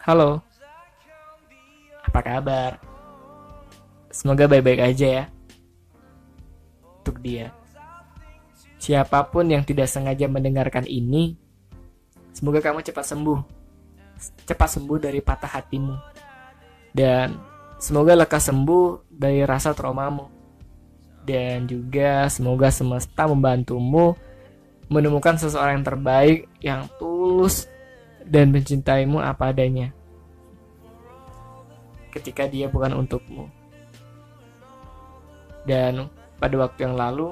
Halo, apa kabar? Semoga baik-baik aja ya untuk dia. Siapapun yang tidak sengaja mendengarkan ini, semoga kamu cepat sembuh. Cepat sembuh dari patah hatimu. Dan semoga lekas sembuh dari rasa traumamu. Dan juga semoga semesta membantumu menemukan seseorang yang terbaik, yang tulus dan mencintaimu apa adanya. Ketika dia bukan untukmu. Dan pada waktu yang lalu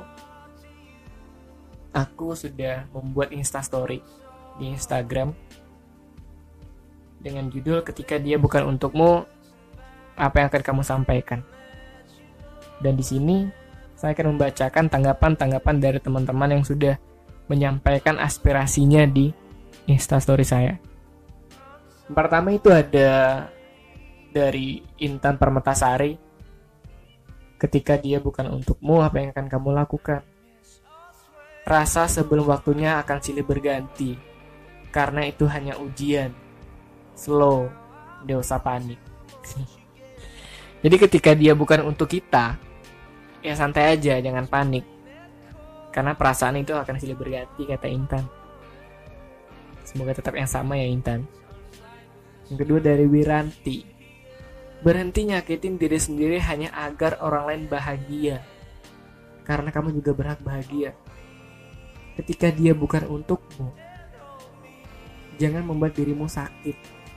aku sudah membuat instastory di Instagram dengan judul ketika dia bukan untukmu, apa yang akan kamu sampaikan. Dan di sini saya akan membacakan tanggapan-tanggapan dari teman-teman yang sudah menyampaikan aspirasinya di instastory saya. Yang pertama itu ada dari Intan Permetasari. Ketika dia bukan untukmu, apa yang akan kamu lakukan? Rasa sebelum waktunya akan silih berganti, karena itu hanya ujian. Slow, tidak usah panik. Jadi ketika dia bukan untuk kita, ya santai aja, jangan panik. Karena perasaan itu akan silih berganti, kata Intan. Semoga tetap yang sama ya Intan. Yang kedua dari Wiranti. Berhenti nyakitin diri sendiri hanya agar orang lain bahagia. Karena kamu juga berhak bahagia. Ketika dia bukan untukmu, jangan membuat dirimu sakit.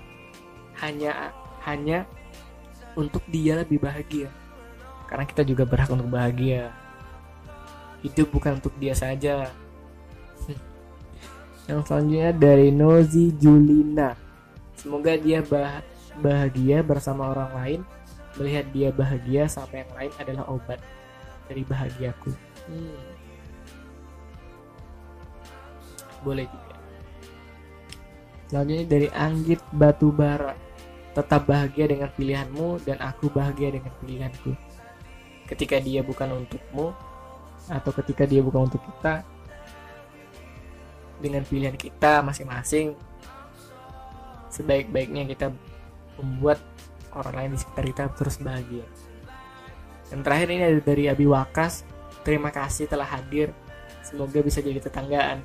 Hanya untuk dia lebih bahagia. Karena kita juga berhak untuk bahagia. Hidup bukan untuk dia saja. Yang selanjutnya dari Nozi Julina. Semoga dia bahagia bersama orang lain. Melihat dia bahagia sama yang lain adalah obat dari bahagiaku. Boleh juga. Selanjutnya dari Anggit Batubara. Tetap bahagia dengan pilihanmu dan aku bahagia dengan pilihanku. Ketika dia bukan untukmu atau ketika dia bukan untuk kita, dengan pilihan kita masing-masing, sebaik-baiknya kita membuat orang lain di sekitar kita terus bahagia. Dan terakhir ini ada dari Abi Wakas. Terima kasih telah hadir. Semoga bisa jadi tetanggaan.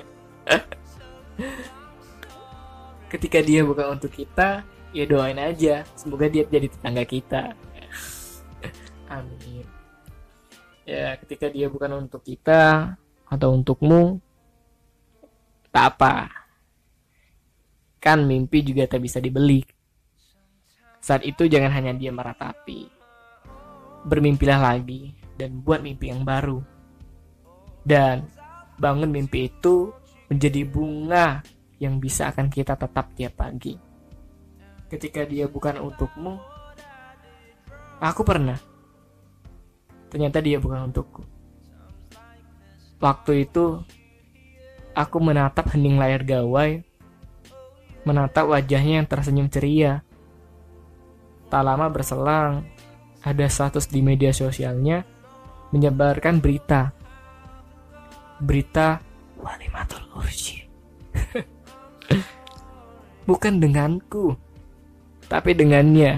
Ketika dia bukan untuk kita, ya doain aja. Semoga dia jadi tetangga kita. Amin. Ya, ketika dia bukan untuk kita atau untukmu, tak apa. Kan mimpi juga tak bisa dibeli. Saat itu jangan hanya diam meratapi. Bermimpilah lagi dan buat mimpi yang baru. Dan bangun mimpi itu menjadi bunga yang bisa akan kita tetap tiap pagi. Ketika dia bukan untukmu, aku pernah. Ternyata dia bukan untukku. Waktu itu aku menatap hening layar gawai, menatap wajahnya yang tersenyum ceria. Tak lama berselang, ada status di media sosialnya menyebarkan berita Walimatul Ursi. Bukan denganku, tapi dengannya.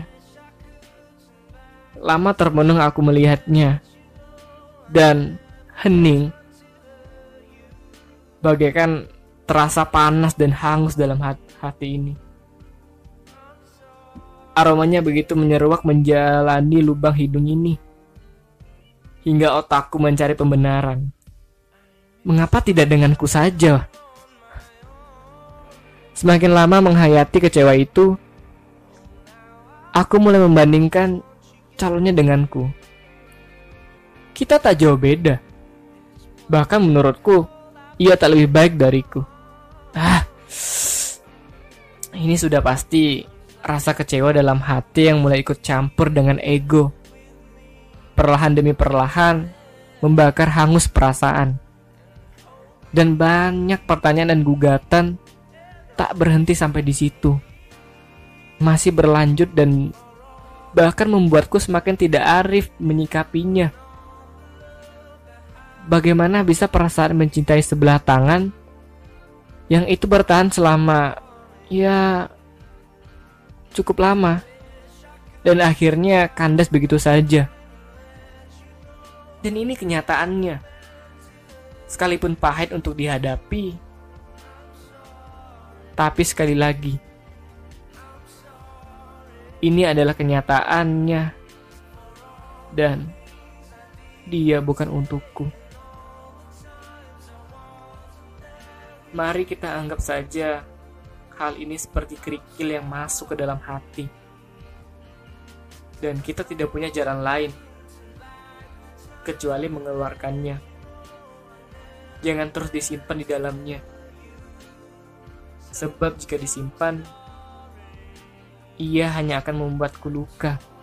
Lama termenung aku melihatnya, dan hening, bagaikan terasa panas dan hangus dalam hati ini. Aromanya begitu menyeruak menjalani lubang hidung ini, hingga otakku mencari pembenaran. Mengapa tidak denganku saja? Semakin lama menghayati kecewa itu, aku mulai membandingkan calonnya denganku. Kita tak jauh beda. Bahkan menurutku, ia tak lebih baik dariku. Ini sudah pasti rasa kecewa dalam hati yang mulai ikut campur dengan ego. Perlahan demi perlahan, membakar hangus perasaan. Dan banyak pertanyaan dan gugatan tak berhenti sampai di situ. Masih berlanjut dan bahkan membuatku semakin tidak arif menyikapinya. Bagaimana bisa perasaan mencintai sebelah tangan yang itu bertahan selama, ya, cukup lama dan akhirnya kandas begitu saja. Dan ini kenyataannya. Sekalipun pahit untuk dihadapi, tapi sekali lagi, ini adalah kenyataannya dan dia bukan untukku. Mari kita anggap saja hal ini seperti kerikil yang masuk ke dalam hati. Dan kita tidak punya jalan lain kecuali mengeluarkannya. Jangan terus disimpan di dalamnya. Sebab jika disimpan, ia hanya akan membuatku luka.